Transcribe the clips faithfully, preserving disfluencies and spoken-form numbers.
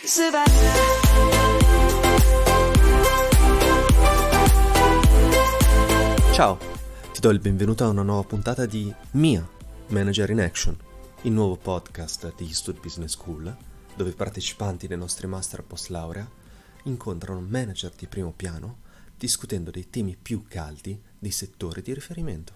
Ciao, ti do il benvenuto a una nuova puntata di Mia Manager in Action, il nuovo podcast di Stud Business School, dove i partecipanti dei nostri master post laurea incontrano manager di primo piano discutendo dei temi più caldi dei settori di riferimento.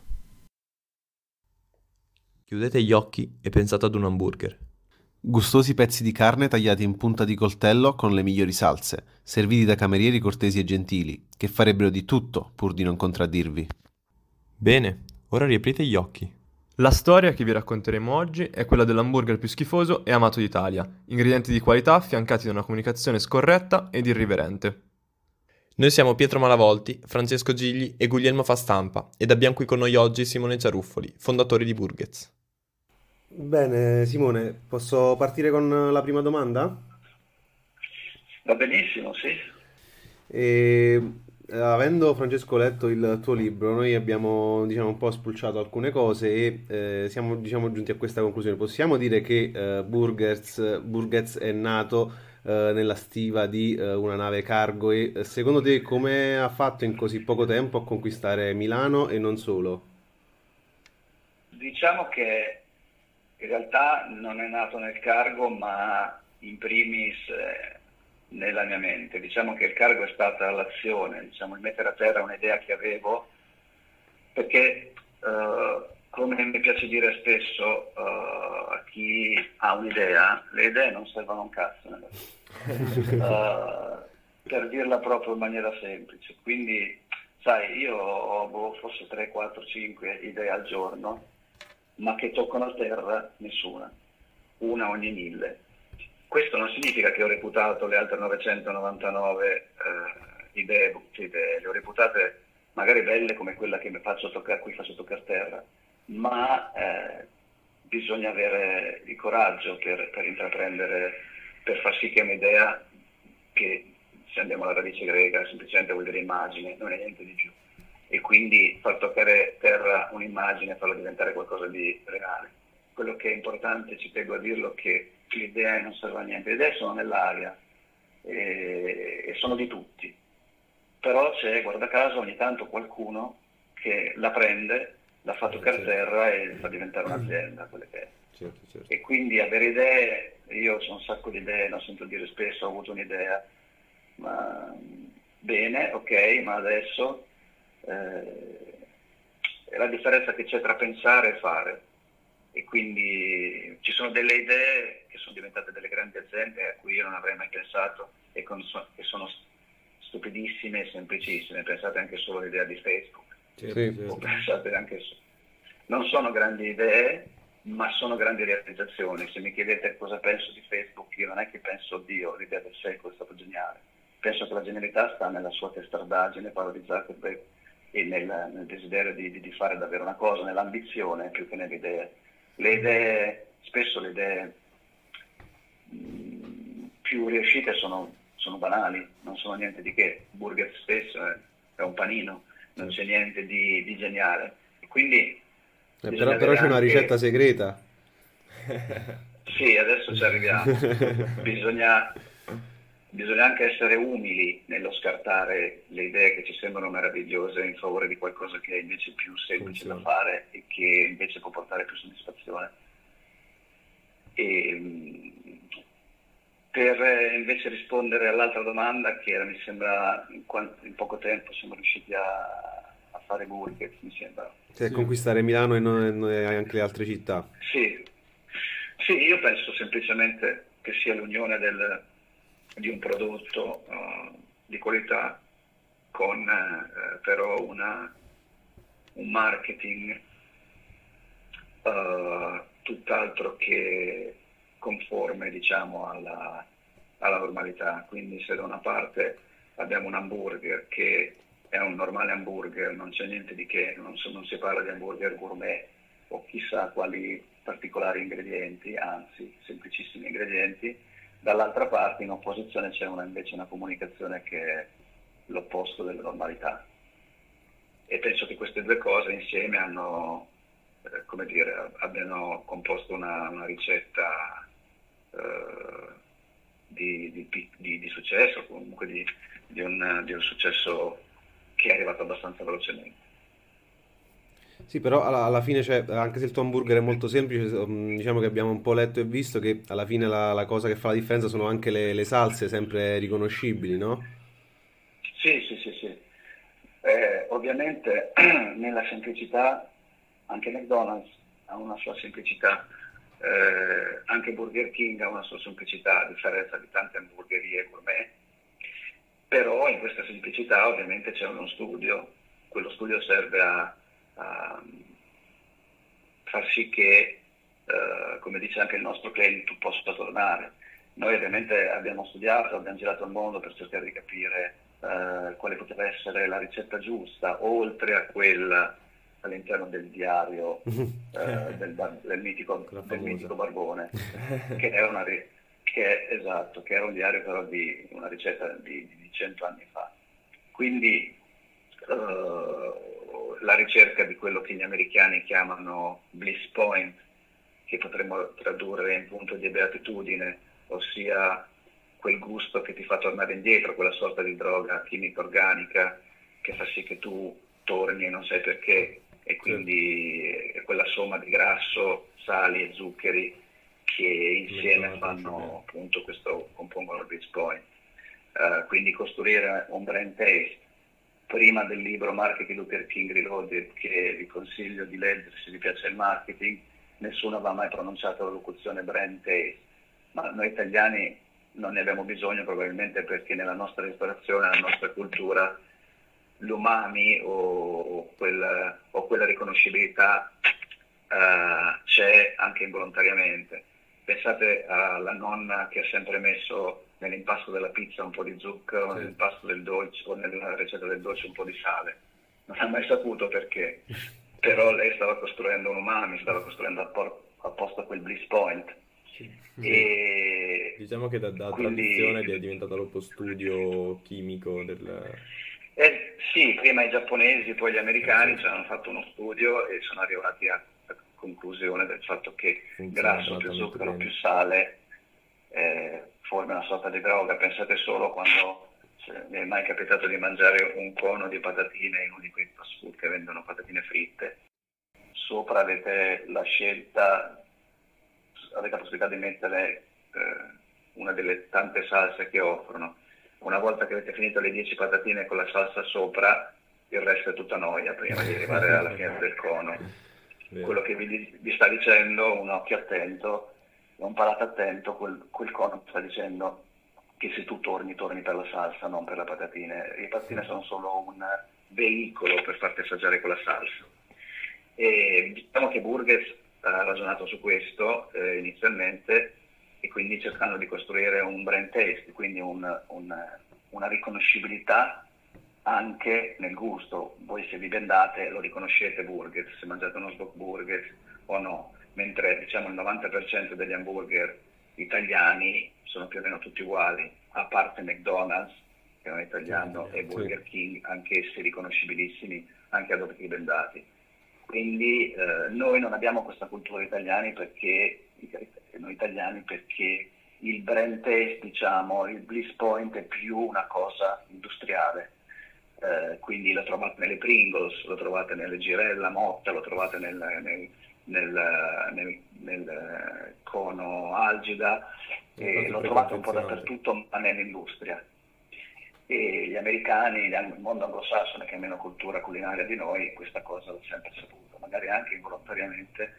Chiudete gli occhi e pensate ad un hamburger. Gustosi pezzi di carne tagliati in punta di coltello con le migliori salse, serviti da camerieri cortesi e gentili, che farebbero di tutto pur di non contraddirvi. Bene, ora riaprite gli occhi. La storia che vi racconteremo oggi è quella dell'hamburger più schifoso e amato d'Italia, ingredienti di qualità affiancati da una comunicazione scorretta ed irriverente. Noi siamo Pietro Malavolti, Francesco Gigli e Guglielmo Fastampa ed abbiamo qui con noi oggi Simone Ciaruffoli, fondatori di Burgers. Bene, Simone, posso partire con la prima domanda? Va benissimo, sì. E, avendo Francesco letto il tuo libro, noi abbiamo diciamo un po' spulciato alcune cose e eh, siamo diciamo giunti a questa conclusione. Possiamo dire che eh, Burgers, Burgers è nato eh, nella stiva di eh, una nave cargo e eh, secondo te come ha fatto in così poco tempo a conquistare Milano e non solo? Diciamo che in realtà non è nato nel cargo, ma in primis eh, nella mia mente. Diciamo che il cargo è stata l'azione, diciamo, il mettere a terra un'idea che avevo, perché eh, come mi piace dire spesso eh, a chi ha un'idea, le idee non servono a un cazzo nella vita. uh, per dirla proprio in maniera semplice. Quindi, sai, io ho boh, forse tre, quattro, cinque idee al giorno, ma che toccano a terra nessuna, una ogni mille. Questo non significa che ho reputato le altre novecentonovantanove eh, idee, brutte idee, le ho reputate magari belle come quella che mi faccio toccare, cui faccio toccare terra, ma eh, bisogna avere il coraggio per, per intraprendere, per far sì che un'idea, che se andiamo alla radice greca semplicemente vuol dire immagine, non è niente di più. E quindi far toccare terra un'immagine e farla diventare qualcosa di reale. Quello che è importante, ci tengo a dirlo, che le idee non servono a niente, le idee sono nell'aria e, e sono di tutti, però c'è, guarda caso, ogni tanto qualcuno che la prende, la fa toccare certo. terra e fa diventare un'azienda, quelle che è. Certo, certo. E quindi avere idee, io ho un sacco di idee, non sento dire spesso, ho avuto un'idea, ma bene, ok, ma adesso... Eh, è la differenza che c'è tra pensare e fare, e quindi ci sono delle idee che sono diventate delle grandi aziende a cui io non avrei mai pensato e con, che sono stupidissime e semplicissime. Pensate anche solo all'idea di Facebook, sì, o pensate anche su... non sono grandi idee ma sono grandi realizzazioni. Se mi chiedete cosa penso di Facebook, io non è che penso oddio l'idea del secolo è stata geniale, penso che la genialità sta nella sua testardaggine, parlo di Zuckerberg, e nel, nel desiderio di, di fare davvero una cosa, nell'ambizione più che nelle idee. Le idee, spesso le idee mh, più riuscite sono, sono banali, non sono niente di che. Burger stesso è, è un panino, non c'è niente di, di geniale. E quindi eh, però però c'è una anche... ricetta segreta. Sì, adesso ci arriviamo. Bisogna... Bisogna anche essere umili nello scartare le idee che ci sembrano meravigliose in favore di qualcosa che è invece più semplice da fare e che invece può portare più soddisfazione. E, per invece rispondere all'altra domanda, che era, mi sembra, in, quanto, in poco tempo siamo riusciti a, a fare Burgers, mi sembra. Cioè, sì. Conquistare Milano e, non, e anche le altre città. Sì. Sì, io penso semplicemente che sia l'unione del... di un prodotto uh, di qualità con uh, però una, un marketing uh, tutt'altro che conforme, diciamo, alla, alla normalità. Quindi se da una parte abbiamo un hamburger che è un normale hamburger, non c'è niente di che, non, so, non si parla di hamburger gourmet o chissà quali particolari ingredienti, anzi semplicissimi ingredienti. Dall'altra parte, in opposizione, c'è una, invece una comunicazione che è l'opposto della normalità. E penso che queste due cose insieme hanno, eh, come dire, abbiano composto una, una ricetta eh, di di, di, di, di successo, comunque di, di, un, di un successo che è arrivato abbastanza velocemente. Sì, però alla, alla fine, cioè, anche se il tuo hamburger è molto semplice, um, diciamo che abbiamo un po' letto e visto che alla fine la, la cosa che fa la differenza sono anche le, le salse sempre riconoscibili, no? Sì, sì, sì, sì. Eh, ovviamente nella semplicità, anche McDonald's ha una sua semplicità, eh, anche Burger King ha una sua semplicità, a differenza di tante hamburgerie gourmet, però in questa semplicità ovviamente c'è uno studio, quello studio serve a, a far sì che, eh, come dice anche il nostro cliente, tu possa tornare. Noi ovviamente abbiamo studiato, abbiamo girato il mondo per cercare di capire eh, quale poteva essere la ricetta giusta, oltre a quella all'interno del diario eh, del, bar- del mitico, Quella del famosa. mitico Barbone, che era una ri- che, esatto, che era un diario però di una ricetta di, di cento anni fa. Quindi eh, la ricerca di quello che gli americani chiamano bliss point, che potremmo tradurre in punto di beatitudine, ossia quel gusto che ti fa tornare indietro, quella sorta di droga chimica organica che fa sì che tu torni e non sai perché, e quindi è quella somma di grasso, sali e zuccheri che insieme fanno appunto questo, compongono il bliss point. Uh, quindi costruire un brand taste prima del libro Marketing Luther King Reloaded, che vi consiglio di leggere se vi piace il marketing, nessuno aveva mai pronunciato la locuzione brand taste, ma noi italiani non ne abbiamo bisogno, probabilmente perché nella nostra ristorazione, nella nostra cultura, l'umami o, quel, o quella riconoscibilità uh, c'è anche involontariamente. Pensate alla nonna che ha sempre messo nell'impasto della pizza un po' di zucchero, sì, nell'impasto del dolce o nella ricetta del dolce un po' di sale. Non ha mai saputo perché, però lei stava costruendo un umami, stava costruendo apposta quel bliss point. Sì. E diciamo che da, da quindi, tradizione è diventato lo studio chimico del... Eh, sì, prima i giapponesi, poi gli americani ci hanno fatto uno studio e sono arrivati a, a conclusione del fatto che Funziona grasso più trattamento zucchero bene. più sale eh, forma una sorta di droga. Pensate solo quando se mi è mai capitato di mangiare un cono di patatine in uno di quei fast food che vendono patatine fritte. Sopra avete la scelta, avete la possibilità di mettere eh, una delle tante salse che offrono. Una volta che avete finito le dieci patatine con la salsa sopra, il resto è tutta noia prima di arrivare alla fine del cono. Vero. Quello che vi, vi sta dicendo, un occhio attento, un palato attento, quel, quel cono sta dicendo che se tu torni, torni per la salsa, non per la patatine. Le patatine sono solo un veicolo per farti assaggiare quella salsa. E diciamo che Burgers ha ragionato su questo eh, inizialmente, e quindi cercando di costruire un brand taste, quindi un, un, una riconoscibilità anche nel gusto. Voi se vi bendate lo riconoscete Burgers, se mangiate uno Smoke Burgers o no, mentre diciamo il novanta per cento degli hamburger italiani sono più o meno tutti uguali, a parte McDonald's, che è un italiano, Sì, e Burger King, anch'essi riconoscibilissimi anche ad occhi bendati. Quindi eh, noi non abbiamo questa cultura italiani perché noi italiani perché il brand taste, diciamo, il bliss point è più una cosa industriale. Eh, quindi lo trovate nelle Pringles, lo trovate nelle Girella Motta, lo trovate nel, nel, nel, nel, nel cono Algida, e lo trovate un po' dappertutto, ma nell'industria. E gli americani, il mondo anglosassone che ha meno cultura culinaria di noi, questa cosa l'ha sempre saputo, magari anche involontariamente,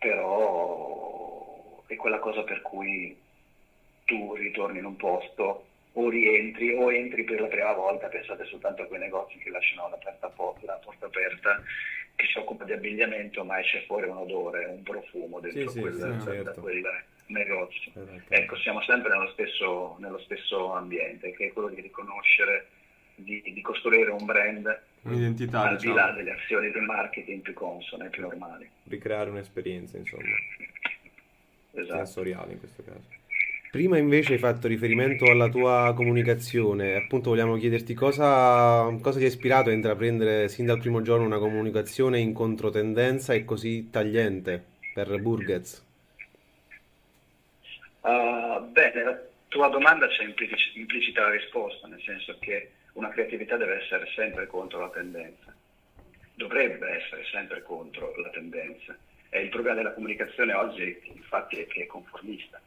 però è quella cosa per cui tu ritorni in un posto o rientri o entri per la prima volta. Pensate soltanto a quei negozi che lasciano la porta, la porta aperta, che si occupa di abbigliamento, ma esce fuori un odore, un profumo dentro Sì, sì, quel, sì, da certo. quel negozio. Esatto. Ecco, siamo sempre nello stesso, nello stesso ambiente, che è quello di riconoscere, di, di costruire un brand Un'identità, al di diciamo. là delle azioni di marketing più consone, più normali. Ricreare un'esperienza, insomma, Esatto. sensoriale in questo caso. Prima invece hai fatto riferimento alla tua comunicazione, appunto vogliamo chiederti cosa, cosa ti ha ispirato a intraprendere sin dal primo giorno una comunicazione in controtendenza e così tagliente per Burgers. Uh, bene, tua domanda c'è implici- implicita la risposta, nel senso che una creatività deve essere sempre contro la tendenza, dovrebbe essere sempre contro la tendenza. E il problema della comunicazione oggi infatti è che è conformista,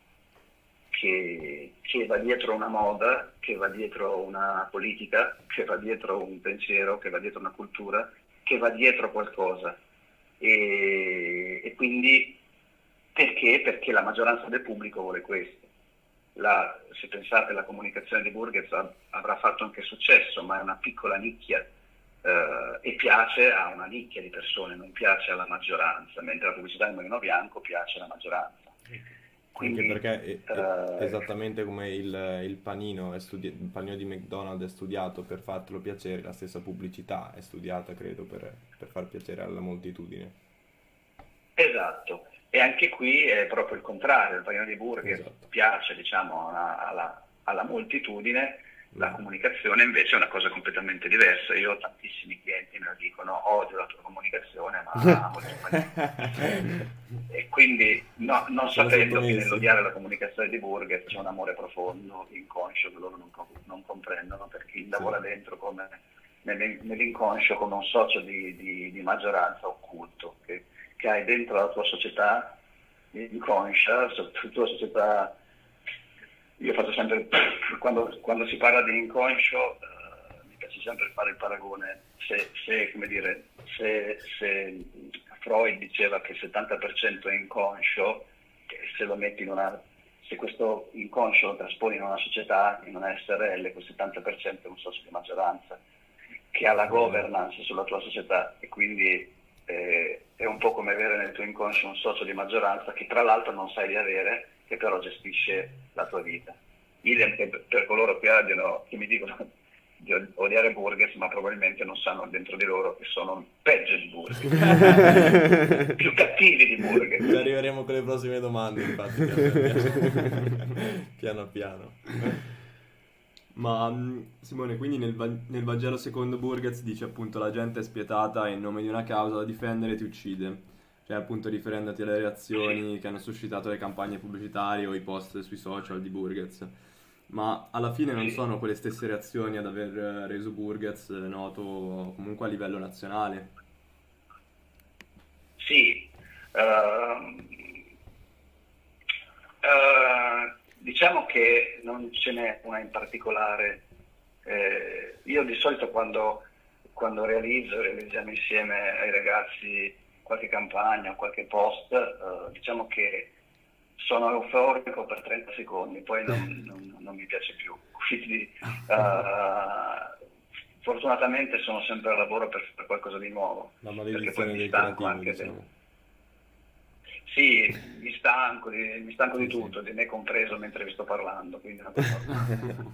che, che va dietro una moda, che va dietro una politica, che va dietro un pensiero, che va dietro una cultura, che va dietro qualcosa. E, e quindi perché? Perché la maggioranza del pubblico vuole questo. La, se pensate, la comunicazione di Burgers avrà fatto anche successo, ma è una piccola nicchia eh, e piace a una nicchia di persone, non piace alla maggioranza, mentre la pubblicità del Mulino Bianco piace alla maggioranza. Quindi, anche perché è, è eh, esattamente come il, il panino, è studi- il panino di McDonald's è studiato per fartelo piacere, la stessa pubblicità è studiata, credo, per, per far piacere alla moltitudine. esatto. E anche qui è proprio il contrario, il panino di burger Esatto. piace, diciamo, alla, alla- alla moltitudine, la Mm. comunicazione invece è una cosa completamente diversa. Io ho tantissimi clienti che mi dicono odio la tua comunicazione, ma amo il tuo panino. E quindi no- non Sono sapendo che sottomessi. nell'odiare la comunicazione di burger c'è un amore profondo, inconscio, che loro non, co- non comprendono, perché chi lavora dentro come nell'in- nell'inconscio come un socio di, di- di maggioranza occulto, che, che hai dentro la tua società inconscia, so- la tua società. Io faccio sempre, quando, quando si parla di inconscio, eh, mi piace sempre fare il paragone, se, se, come dire, se, se Freud diceva che il settanta per cento è inconscio, che se lo metti in una, se questo inconscio lo trasponi in una società, in una S R L, quel settanta per cento è un socio di maggioranza, che ha la governance sulla tua società, e quindi eh, è un po' come avere nel tuo inconscio un socio di maggioranza che tra l'altro non sai di avere, che però gestisce la tua vita. Idem che per per coloro che, abbiano, che mi dicono di odiare Burgers, ma probabilmente non sanno dentro di loro che sono peggio di Burgers, più cattivi di Ci Burgers. arriveremo con le prossime domande, infatti, piano piano. piano piano. Ma mh, Simone, quindi nel, Va- nel Vangelo secondo Burgers dice appunto la gente è spietata e in nome di una causa da difendere ti uccide. Cioè appunto riferendoti alle reazioni che hanno suscitato le campagne pubblicitarie o i post sui social di Burgers. Ma alla fine non Sì. sono quelle stesse reazioni ad aver eh, reso Burgers eh, noto comunque a livello nazionale. Sì, ehm, eh, diciamo che non ce n'è una in particolare. Eh, io di solito quando, quando realizzo, realizziamo insieme ai ragazzi qualche campagna o qualche post, eh, diciamo che sono euforico per trenta secondi, poi non, non- non mi piace più. Quindi, eh, fortunatamente sono sempre al lavoro per fare qualcosa di nuovo. La Perché poi maledizione mi del stanco creativo, anche del- diciamo. Sì, mi stanco di, mi stanco di Sì, sì. tutto, di me compreso mentre vi sto parlando, quindi è una cosa-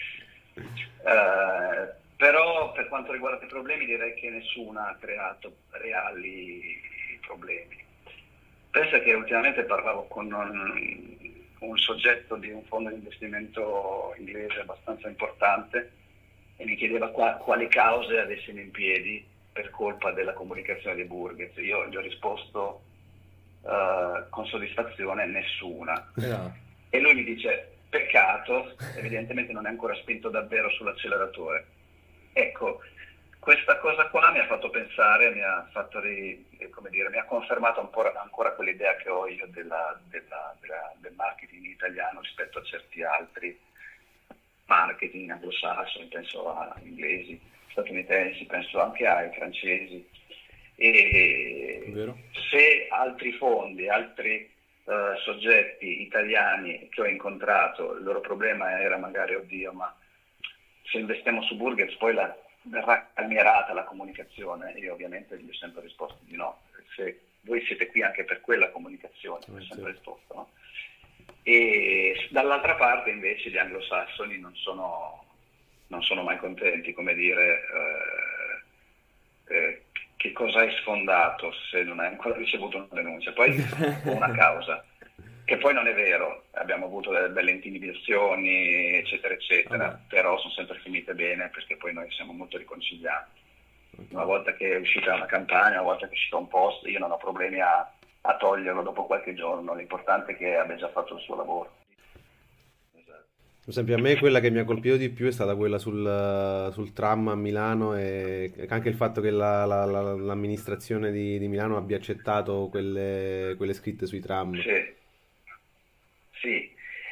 Eh, però per quanto riguarda i problemi direi che nessuno ha creato reali problemi. Pensa che ultimamente parlavo con un, un soggetto di un fondo di investimento inglese abbastanza importante e mi chiedeva qua- quali cause avessimo in piedi per colpa della comunicazione di Burgers. Io gli ho risposto eh, con soddisfazione nessuna. Eh no. E lui mi dice, peccato, evidentemente non è ancora spinto davvero sull'acceleratore. Ecco, questa cosa qua mi ha fatto pensare, mi ha fatto ri- eh, come dire, mi ha confermato ancora, ancora quell'idea che ho io della- della- della- del marketing italiano rispetto a certi altri marketing anglosassoni, penso a inglesi, statunitensi, penso anche ai francesi. E Vero? se altri fondi, altri eh, soggetti italiani che ho incontrato, il loro problema era magari, oddio, ma se investiamo su Burgers poi la, verrà calmierata la comunicazione. Io ovviamente gli ho sempre risposto di no. Se voi siete qui anche per quella comunicazione, Eh, ho sempre certo. risposto no. E dall'altra parte invece gli anglosassoni non sono, non sono mai contenti, come dire, eh, eh, che cosa hai sfondato se non hai ancora ricevuto una denuncia, poi o una causa, che poi non è vero, abbiamo avuto delle belle intimidazioni, eccetera, eccetera, Vabbè. però sono sempre finite bene perché poi noi siamo molto riconcilianti. Ok. Una volta che è uscita una campagna, una volta che è uscito un post, io non ho problemi a, a toglierlo dopo qualche giorno, l'importante è che abbia già fatto il suo lavoro. Esatto. Per esempio, a me quella che mi ha colpito di più è stata quella sul, sul tram a Milano e anche il fatto che la- la- la- l'amministrazione di, di Milano abbia accettato quelle, quelle scritte sui tram. Sì, sì.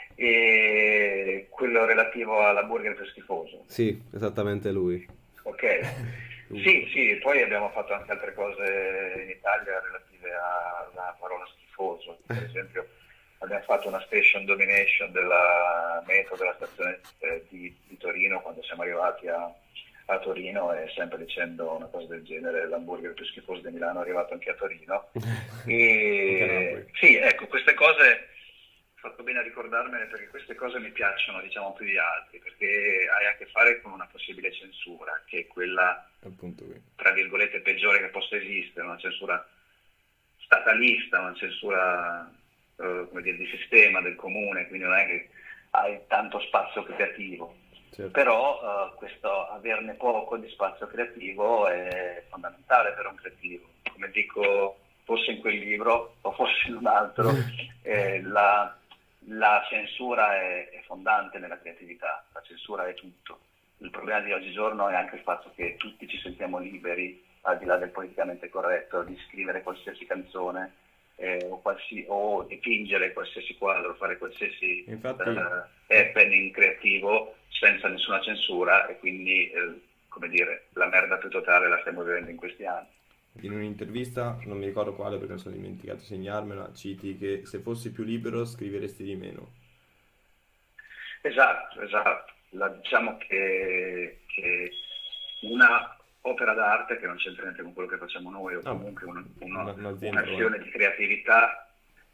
E quello relativo alla burger più schifoso. Sì, esattamente lui. Ok. Sì, Giusto. sì, poi abbiamo fatto anche altre cose in Italia relative alla parola schifoso. Per esempio, abbiamo fatto una station domination della metro della stazione eh, di, di Torino quando siamo arrivati a, a Torino e sempre dicendo una cosa del genere, l'hamburger più schifoso di Milano è arrivato anche a Torino. Anche a E Napoli. sì, ecco, queste cose ho fatto bene a ricordarmene perché queste cose mi piacciono, diciamo, più di altri, perché hai a che fare con una possibile censura, che è quella, Appunto qui. tra virgolette, peggiore che possa esistere, una censura statalista, una censura eh, come dire, di sistema, del comune, quindi non è che hai tanto spazio creativo. Certo. Però eh, questo averne poco di spazio creativo è fondamentale per un creativo. Come dico, fosse in quel libro o fosse in un altro, eh, la, la censura è, è fondante nella creatività, la censura è tutto. Il problema di oggigiorno è anche il fatto che tutti ci sentiamo liberi, al di là del politicamente corretto, di scrivere qualsiasi canzone eh, o, qualsi, o dipingere qualsiasi quadro, fare qualsiasi Infatti, eh, happening creativo senza nessuna censura e quindi, eh, come dire, la merda più totale la stiamo vivendo in questi anni. in un'intervista, non mi ricordo quale perché mi sono dimenticato di segnarmela, citi che se fossi più libero scriveresti di meno. Esatto, esatto. La- diciamo che, che una opera d'arte che non c'entra niente con quello che facciamo noi o No, comunque una- uno- una- un'azienda un'azione di creatività,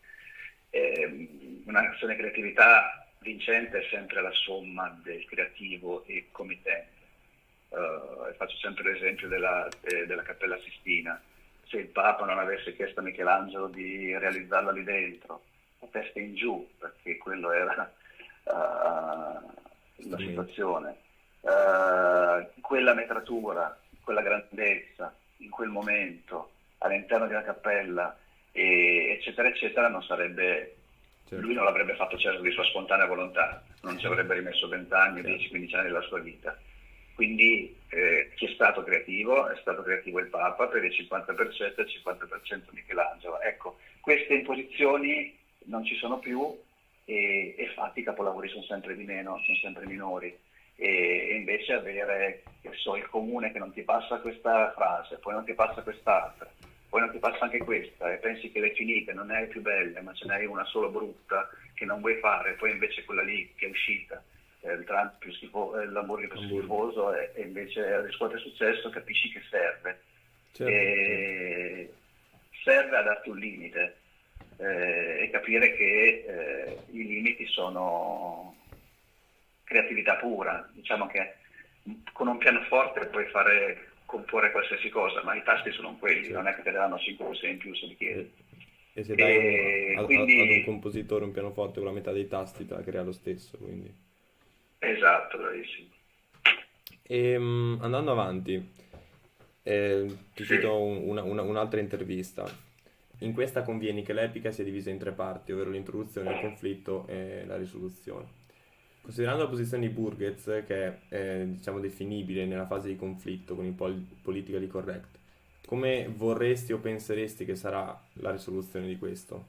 ehm, un'azione di creatività vincente è sempre la somma del creativo e committente. Eh, faccio sempre l'esempio della, eh, della Cappella Sistina. Se il Papa non avesse chiesto a Michelangelo di realizzarla lì dentro, a testa in giù, perché quello era eh, la Strumento. situazione, eh, quella metratura, quella grandezza, in quel momento, all'interno di una cappella, e- eccetera, eccetera, non sarebbe, Certo. lui non l'avrebbe fatto certo di sua spontanea volontà, non ci avrebbe rimesso venti anni, Certo. dieci quindici anni della sua vita. Quindi eh, chi è stato creativo è stato creativo il Papa per il cinquanta per cento e il cinquanta per cento Michelangelo. Ecco, queste imposizioni non ci sono più e, e infatti i capolavori sono sempre di meno, sono sempre minori. E, e invece avere, che so, il comune che non ti passa questa frase, poi non ti passa quest'altra, poi non ti passa anche questa e pensi che le finite, non ne hai più belle, ma ce n'hai una solo brutta che non vuoi fare, poi invece quella lì che è uscita, eh, il tram più schifo, eh, l'hamburger più Hamburger. schifoso e, e invece riscuote successo, capisci che serve. Certo. E serve a darti un limite eh, e capire che eh, i limiti sono creatività pura. Diciamo che con un pianoforte puoi fare comporre qualsiasi cosa, ma i tasti sono quelli, Sì. non è che te ne danno cinque o sei in più se li chiedi. E, e se dai un- E a- a- quindi- ad un compositore un pianoforte con la metà dei tasti te la crea lo stesso, quindi. Esatto, bravissimo. E, mm, andando avanti, eh, ti Sì. cito un- una- una- un'altra intervista. In questa convieni che l'epica sia divisa in tre parti, ovvero l'introduzione, il conflitto e la risoluzione. Considerando la posizione di Burgess, che è eh, diciamo definibile nella fase di conflitto con il pol- politically correct, come vorresti o penseresti che sarà la risoluzione di questo?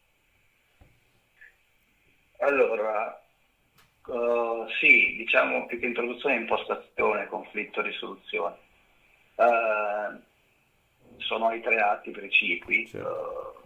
Allora, eh, sì, diciamo più che introduzione, impostazione, conflitto, risoluzione. Eh, sono i tre atti precipui. Certo.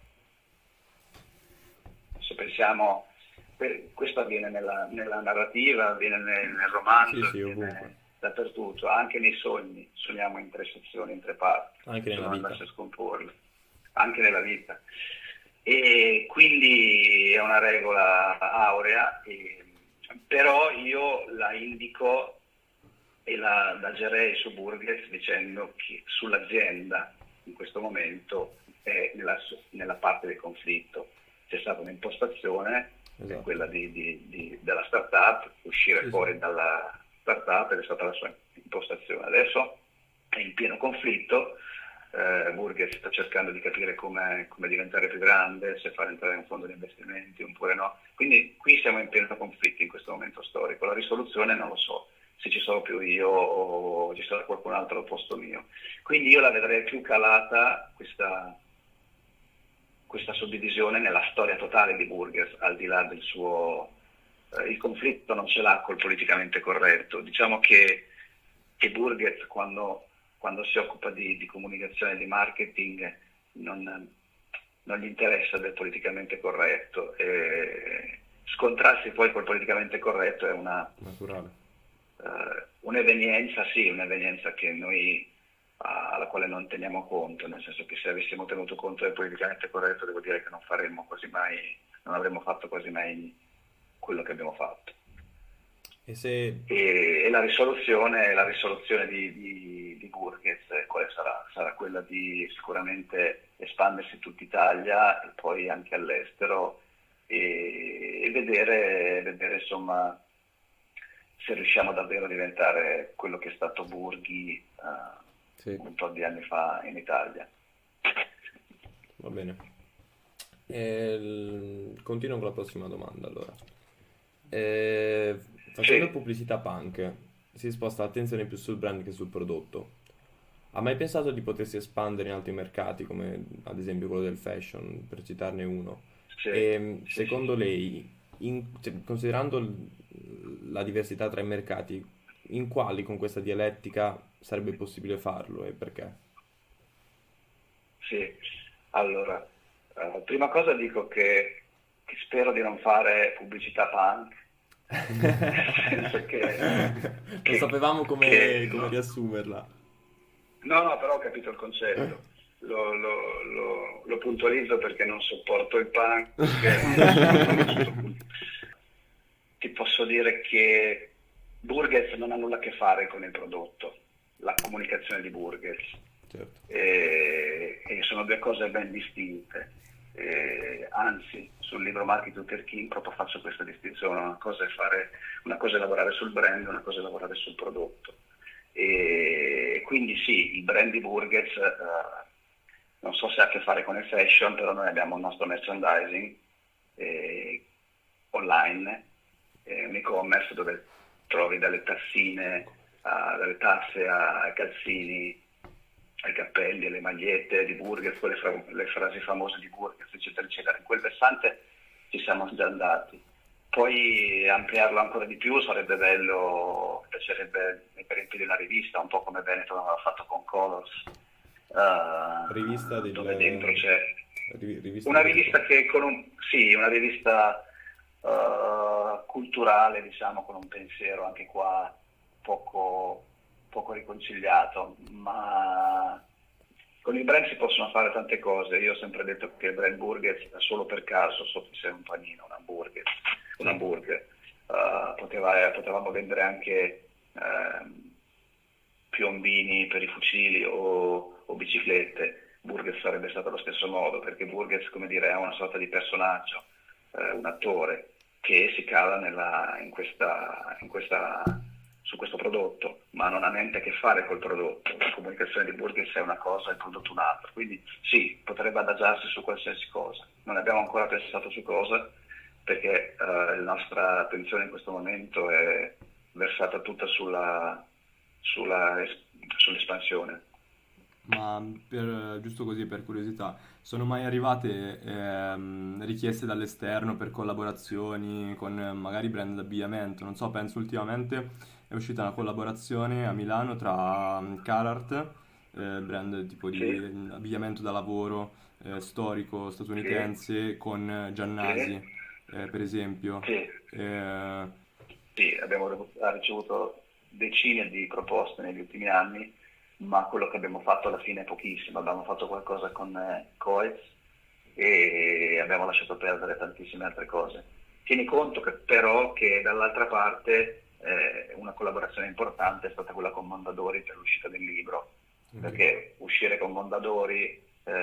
Eh, se pensiamo, per- questo avviene nella, nella narrativa, avviene nel, nel romanzo, Sì, sì, avviene ovunque. dappertutto, anche nei sogni, sogniamo in tre sezioni, in tre parti, Anche nella non vita. andarsi a scomporle, anche nella vita. E quindi è una regola aurea, e- però io la indico e la adagerei su Burgess dicendo che sull'azienda in questo momento è nella, nella parte del conflitto. C'è stata un'impostazione, che è Esatto. quella di, di- di- della startup, uscire Sì, fuori sì. dalla startup ed è stata la sua impostazione. Adesso è in pieno conflitto, eh, Burgers sta cercando di capire come, come diventare più grande, se far entrare un fondo di investimenti oppure no. Quindi qui siamo in pieno conflitto in questo momento storico. La risoluzione non lo so, se ci sono più io o ci sarà qualcun altro al posto mio. Quindi io la vedrei più calata questa, questa suddivisione nella storia totale di Burgers, al di là del suo... Eh, il conflitto non ce l'ha col politicamente corretto. Diciamo che, che Burgers quando, quando si occupa di, di comunicazione e di marketing non, non gli interessa del politicamente corretto. E scontrarsi poi col politicamente corretto è una... naturale. Uh, un'evenienza, sì, un'evenienza che noi, uh, alla quale non teniamo conto, nel senso che se avessimo tenuto conto del politicamente corretto devo dire che non faremmo quasi mai, non avremmo fatto quasi mai quello che abbiamo fatto. E, se... e, e la risoluzione, la risoluzione di, di, di Burgers quale sarà? Sarà quella di sicuramente espandersi in tutta Italia e poi anche all'estero e, e vedere, vedere insomma se riusciamo davvero a diventare quello che è stato Burghi uh, sì. un po' di anni fa in Italia. Va bene. E, continuo con la prossima domanda allora. E, facendo sì. pubblicità punk si sposta l'attenzione più sul brand che sul prodotto. Ha mai pensato di potersi espandere in altri mercati come ad esempio quello del fashion, per citarne uno? Sì. E, sì, secondo sì. lei, in, cioè, considerando il, la diversità tra i mercati, in quali con questa dialettica sarebbe possibile farlo e perché? Sì, allora, uh, prima cosa dico che, che spero di non fare pubblicità punk, che, non che, sapevamo come, che, come no. riassumerla. No, no, però ho capito il concetto. Lo, lo, lo, lo puntualizzo perché non sopporto il punk. Ti posso dire che Burgers non ha nulla a che fare con il prodotto, la comunicazione di Burgers. Certo. E, e sono due cose ben distinte. E, anzi, sul libro Marketing Luther King proprio faccio questa distinzione. Una cosa è fare, una cosa è lavorare sul brand, una cosa è lavorare sul prodotto. E quindi sì, il brand di Burgers uh, non so se ha a che fare con il fashion, però noi abbiamo il nostro merchandising eh, online, eh, un e-commerce dove trovi dalle tazzine, a, dalle tazze ai calzini, ai cappelli, alle magliette di Burgers, quelle fra, le frasi famose di Burgers, eccetera, eccetera. In quel versante ci siamo già andati. Poi ampliarlo ancora di più sarebbe bello, mi piacerebbe mettere in piedi una rivista, un po' come Benetton aveva fatto con Colors. Uh, rivista del... dove dentro c'è rivista una rivista che con un sì, una rivista uh, culturale, diciamo, con un pensiero anche qua poco, poco riconciliato, ma con il brand si possono fare tante cose. Io ho sempre detto che il brand Burgers solo per caso so se è un panino, un hamburger, un hamburger. Uh, poteva, potevamo vendere anche uh, piombini per i fucili o o biciclette. Burgers sarebbe stato allo stesso modo, perché Burgers, come dire, è una sorta di personaggio, eh, un attore che si cala nella, in questa, in questa, su questo prodotto, ma non ha niente a che fare col prodotto. La comunicazione di Burgers è una cosa e il prodotto un'altra, quindi sì, potrebbe adagiarsi su qualsiasi cosa. Non abbiamo ancora pensato su cosa, perché eh, la nostra attenzione in questo momento è versata tutta sulla, sulla, sull'espansione. Ma per, giusto così per curiosità, sono mai arrivate ehm, richieste dall'esterno per collaborazioni con eh, magari brand d'abbigliamento? Non so, penso ultimamente è uscita una collaborazione a Milano tra um, Carhartt, eh, brand tipo di sì. abbigliamento da lavoro eh, storico statunitense, sì. con Giannasi, sì. eh, per esempio. Sì. Eh... sì, abbiamo ricevuto decine di proposte negli ultimi anni, ma quello che abbiamo fatto alla fine è pochissimo. Abbiamo fatto qualcosa con eh, Coez e abbiamo lasciato perdere tantissime altre cose. Tieni conto che però che dall'altra parte eh, una collaborazione importante è stata quella con Mondadori per l'uscita del libro, okay. Perché uscire con Mondadori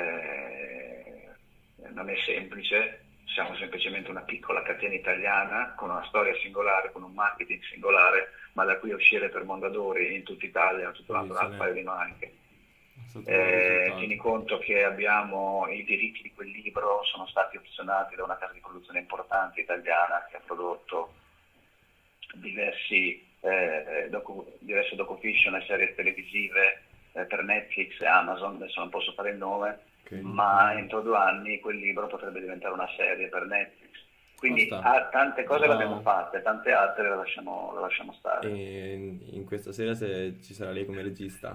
eh, non è semplice. Siamo semplicemente una piccola catena italiana con una storia singolare, con un marketing singolare, ma da qui a uscire per Mondadori in tutta Italia, tutto l'altro, un paio di maniche. stato un buon Eh, risultato. tieni conto che abbiamo i diritti di quel libro, sono stati opzionati da una casa di produzione importante italiana che ha prodotto diversi, eh, docu, diverse docufiction e serie televisive eh, per Netflix e Amazon, adesso non posso fare il nome, Ok. ma entro due anni quel libro potrebbe diventare una serie per Netflix. Quindi Basta. ah, tante cose le abbiamo Wow. fatte, tante altre le lasciamo, le lasciamo stare. E in questa serie se ci sarà lei come regista?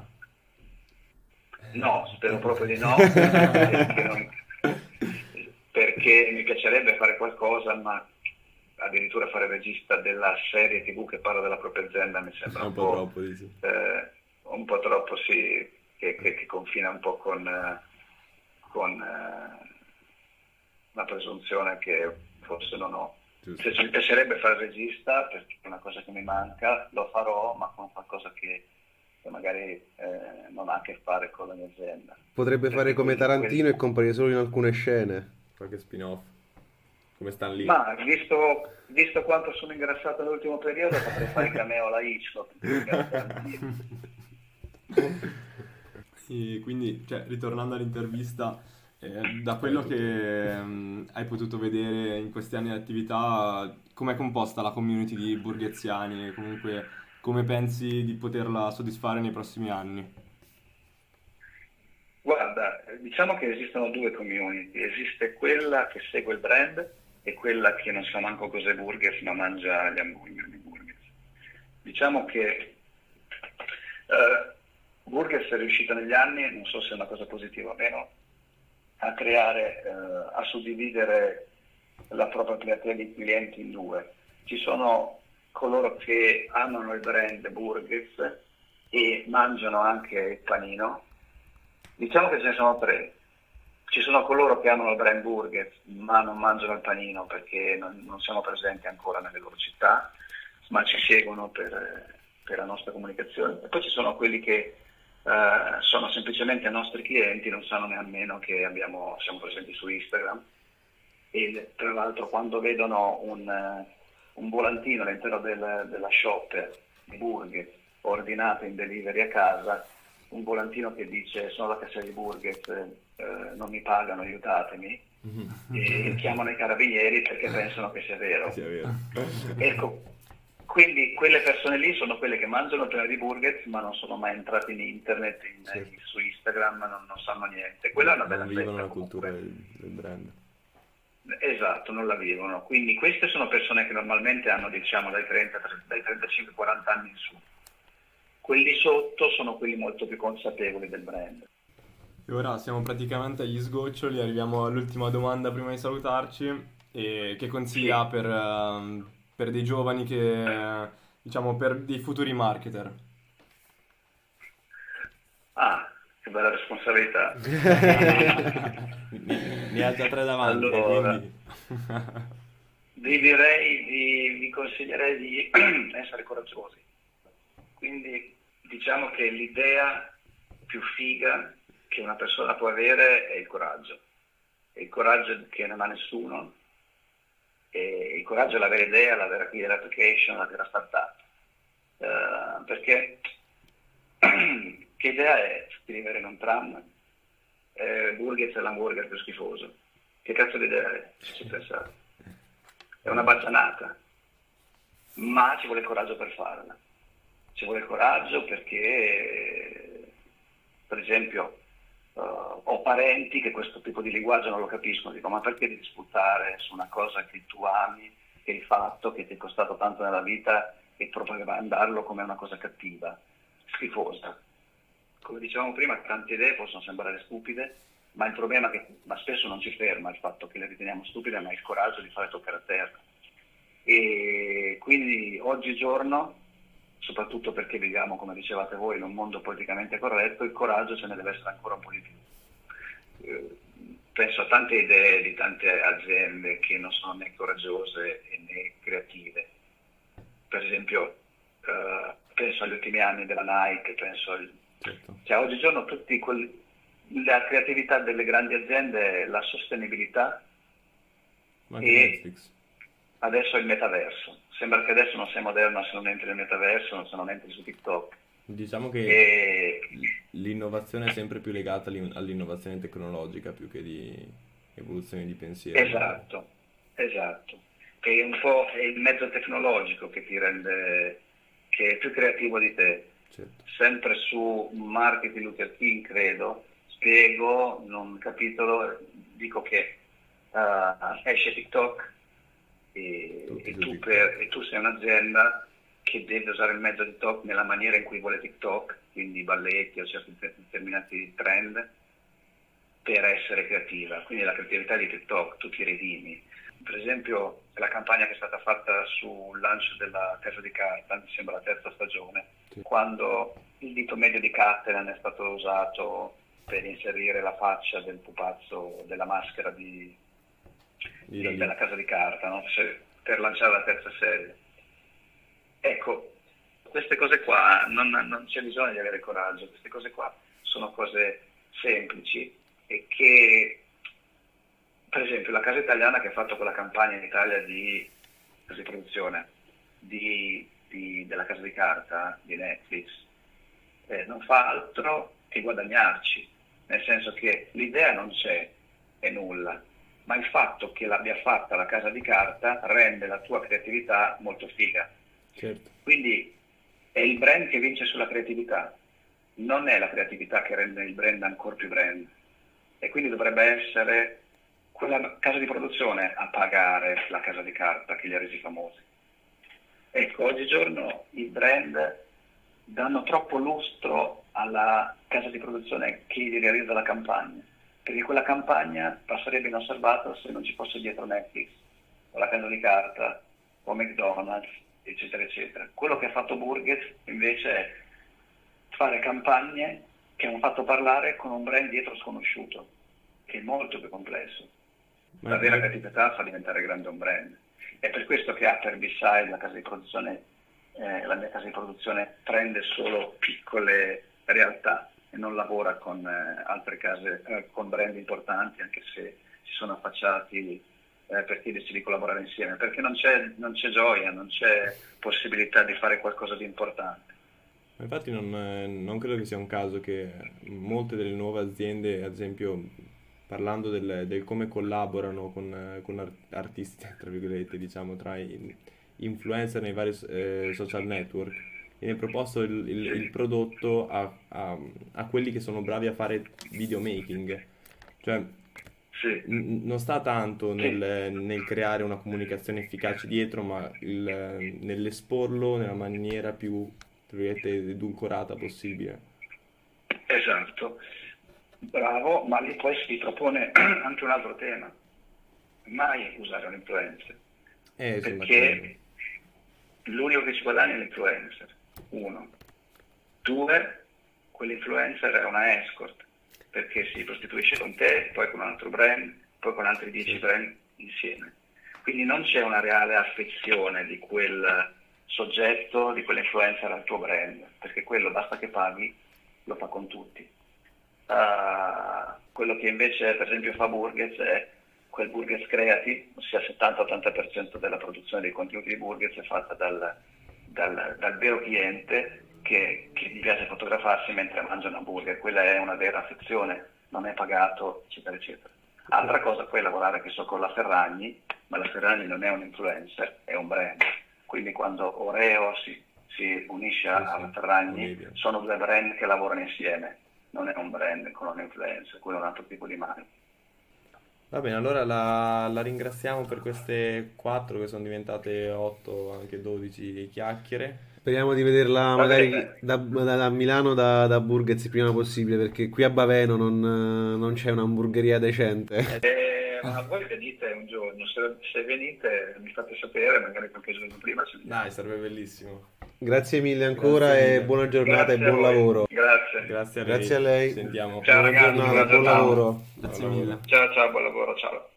No, spero proprio di no, perché, non- perché mi piacerebbe fare qualcosa, ma addirittura fare regista della serie tivù che parla della propria azienda mi sembra Un po' troppo, dici. eh, un po' troppo, sì, che, che- che confina un po' con, eh, con eh, la presunzione che forse non ho. Giusto. Se mi piacerebbe fare il regista, perché è una cosa che mi manca, lo farò, ma con qualcosa che, che magari eh, non ha a che fare con la mia azienda. Potrebbe fare Perché come quelli- Tarantino quelli- e comparire solo in alcune scene. Qualche spin-off. Come Stan Lee. Ma visto, visto quanto sono ingrassato nell'ultimo periodo, potrei fare il cameo alla Hitchcock. E quindi, cioè, ritornando all'intervista, eh, da quello che ehm, hai potuto vedere in questi anni di attività, com'è composta la community di burgheziani e comunque come pensi di poterla soddisfare nei prossimi anni? Guarda, diciamo che esistono due community, esiste quella che segue il brand e quella che non sa manco cos'è Burgers ma mangia gli hamburger di Burgers. Diciamo che eh, Burgers è riuscita negli anni, non so se è una cosa positiva o meno, a creare, eh, a suddividere la propria clientela di clienti in due. Ci sono coloro che amano il brand Burgers e mangiano anche il panino. Diciamo che ce ne sono tre. Ci sono coloro che amano il brand Burgers ma non mangiano il panino perché non, non siamo presenti ancora nelle loro città, ma ci seguono per, per la nostra comunicazione. E poi ci sono quelli che eh, sono semplicemente nostri clienti, non sanno nemmeno che abbiamo, siamo presenti su Instagram. E tra l'altro quando vedono un, eh, un volantino all'interno del, della shop di Burgers ordinato in delivery a casa, un volantino che dice sono la cassiera di Burgers, eh, non mi pagano, aiutatemi, e chiamano i carabinieri perché pensano che sia vero. Sì, è vero. Ecco, quindi quelle persone lì sono quelle che mangiano il panino di Burgers ma non sono mai entrate in internet, in- Sì. su Instagram, non, non sanno niente. Quella è una bella Non vivono fetta la cultura comunque. del, del brand. Esatto, non la vivono. Quindi queste sono persone che normalmente hanno diciamo dai trenta, dai trentacinque quaranta anni in su. Quelli sotto sono quelli molto più consapevoli del brand. E ora siamo praticamente agli sgoccioli, arriviamo all'ultima domanda prima di salutarci. E che consiglia Sì. per, ehm, per dei giovani che, diciamo, per dei futuri marketer? Ah, che bella responsabilità. Ne, ne ha già tre davanti, Allora. quindi... Vi direi, vi, vi consiglierei di essere coraggiosi. Quindi diciamo che l'idea più figa che una persona può avere è il coraggio. E il coraggio che non ha nessuno. E il coraggio è l'avere idea, l'avere idea application, la vera startup. Eh, perché che idea è scrivere in un tram eh, Burgers è l'hamburger più schifoso? Che cazzo di idea è, se ci pensate? È una baggianata, ma ci vuole coraggio per farla. Ci vuole coraggio perché, per esempio, uh, ho parenti che questo tipo di linguaggio non lo capiscono. Dico, ma perché devi sputare su una cosa che tu ami, che hai fatto, che ti è costato tanto nella vita e propagandarlo come una cosa cattiva, schifosa? Come dicevamo prima, tante idee possono sembrare stupide, ma il problema è che ma spesso non ci ferma il fatto che le riteniamo stupide, ma il coraggio di fare toccare a terra. E quindi oggigiorno, soprattutto perché viviamo, come dicevate voi, in un mondo politicamente corretto, il coraggio ce ne deve essere ancora un po' di più. Eh, penso a tante idee di tante aziende che non sono né coraggiose né creative. Per esempio, eh, penso agli ultimi anni della Nike, penso al, Certo. cioè oggigiorno tutti quelli, la creatività delle grandi aziende, la sostenibilità, Ma anche E- Netflix. adesso il metaverso. Sembra che adesso non sei moderno se non entri nel metaverso, se non entri su TikTok. Diciamo che E l'innovazione è sempre più legata all'in- all'innovazione tecnologica più che di evoluzione di pensiero. Esatto, esatto. Che è un po' è il mezzo tecnologico che ti rende, che è più creativo di te. Certo. Sempre su Martin Luther King, credo, spiego in un capitolo, dico che uh, esce TikTok e, e, tu per, e tu sei un'azienda che deve usare il mezzo TikTok nella maniera in cui vuole TikTok, quindi balletti o certi determinati trend, per essere creativa. Quindi la creatività di TikTok, tu ti redimi. Per esempio la campagna che è stata fatta sul lancio della Casa di Carta, mi sembra la terza stagione, sì. Quando il dito medio di Catalan è stato usato per inserire la faccia del pupazzo, della maschera di, di, di, della Casa di Carta, no? Per lanciare la terza serie. Ecco, queste cose qua non, non c'è bisogno di avere coraggio, queste cose qua sono cose semplici e che, per esempio, la casa italiana che ha fatto quella campagna in Italia di, di produzione di, di, della Casa di Carta, di Netflix, eh, non fa altro che guadagnarci, nel senso che l'idea non c'è, è nulla, ma il fatto che l'abbia fatta la Casa di Carta rende la tua creatività molto figa. Certo. Quindi è il brand che vince sulla creatività, non è la creatività che rende il brand ancora più brand, e quindi dovrebbe essere quella casa di produzione a pagare la Casa di Carta che li ha resi famosi. Ecco, oggigiorno i brand danno troppo lustro alla casa di produzione che gli realizza la campagna, perché quella campagna passerebbe inosservata se non ci fosse dietro Netflix o la Casa di Carta o McDonald's, eccetera eccetera. Quello che ha fatto Burgers invece è fare campagne che hanno fatto parlare con un brand dietro sconosciuto, che è molto più complesso. La Ma vera creatività fa diventare grande un brand. È per questo che Upper B-Side, la casa di produzione, eh, la mia casa di produzione, prende solo piccole realtà e non lavora con eh, altre case, eh, con brand importanti, anche se si sono affacciati eh, per chiederci di collaborare insieme, perché non c'è, non c'è gioia, non c'è possibilità di fare qualcosa di importante. Infatti non, non credo che sia un caso che molte delle nuove aziende, ad esempio parlando del, del come collaborano con, con art- artisti, tra virgolette, diciamo, tra i influencer nei vari eh, social network, viene proposto il, il, il prodotto a, a, a quelli che sono bravi a fare videomaking. Cioè, Sì. n- non sta tanto nel, nel creare una comunicazione efficace dietro, ma il, nell'esporlo nella maniera più, tra virgolette, edulcorata possibile. Esatto, bravo, ma lì poi si propone anche un altro tema: mai usare un influencer, Eh, sono d'accordo. perché l'unico che ci guadagna è l'influencer, uno. Due, quell'influencer è una escort, perché si prostituisce con te, poi con un altro brand, poi con altri dieci Sì. brand insieme. Quindi non c'è una reale affezione di quel soggetto, di quell'influencer al tuo brand, perché quello basta che paghi, lo fa con tutti. Uh, quello che invece per esempio fa Burgers è quel Burgers Creative, ossia il settanta ottanta per cento della produzione dei contenuti di Burgers è fatta dal, dal, dal vero cliente che, che gli piace fotografarsi mentre mangia un hamburger. Quella è una vera affezione, non è pagato, eccetera eccetera. Altra cosa poi è lavorare che so con la Ferragni, ma la Ferragni non è un influencer, è un brand. Quindi quando Oreo si, si unisce Sì, sì, alla Ferragni, Olivia. sono due brand che lavorano insieme, non è un brand con un influencer, quello è un altro tipo di marca. Va bene, allora la, la ringraziamo per queste quattro che sono diventate otto, anche dodici chiacchiere. Speriamo di vederla Va magari bene. da, da- da Milano da, da Burgers il prima possibile, perché qui a Baveno non, non c'è un'hamburgeria decente. Eh, ma voi venite un giorno, se, se venite mi fate sapere, magari qualche giorno prima. Se... Dai, sarebbe bellissimo. Grazie mille ancora Grazie e mille. buona giornata Grazie e a buon voi. lavoro. Grazie. Grazie a lei. Grazie a lei. Ci sentiamo. Ciao, Buona ragazzi, giornata, buona buon giornata. lavoro. Grazie Buon mille. lavoro. Ciao, ciao, buon lavoro, ciao.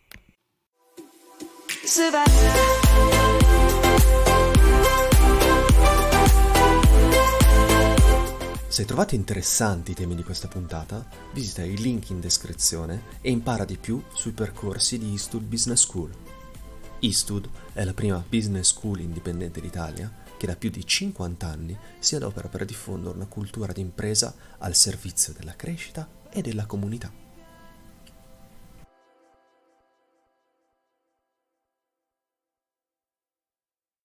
Se hai trovato interessanti i temi di questa puntata, visita i link in descrizione e impara di più sui percorsi di Eastwood Business School. Eastwood è la prima business school indipendente d'Italia che da più di cinquanta anni si adopera per diffondere una cultura d'impresa al servizio della crescita e della comunità.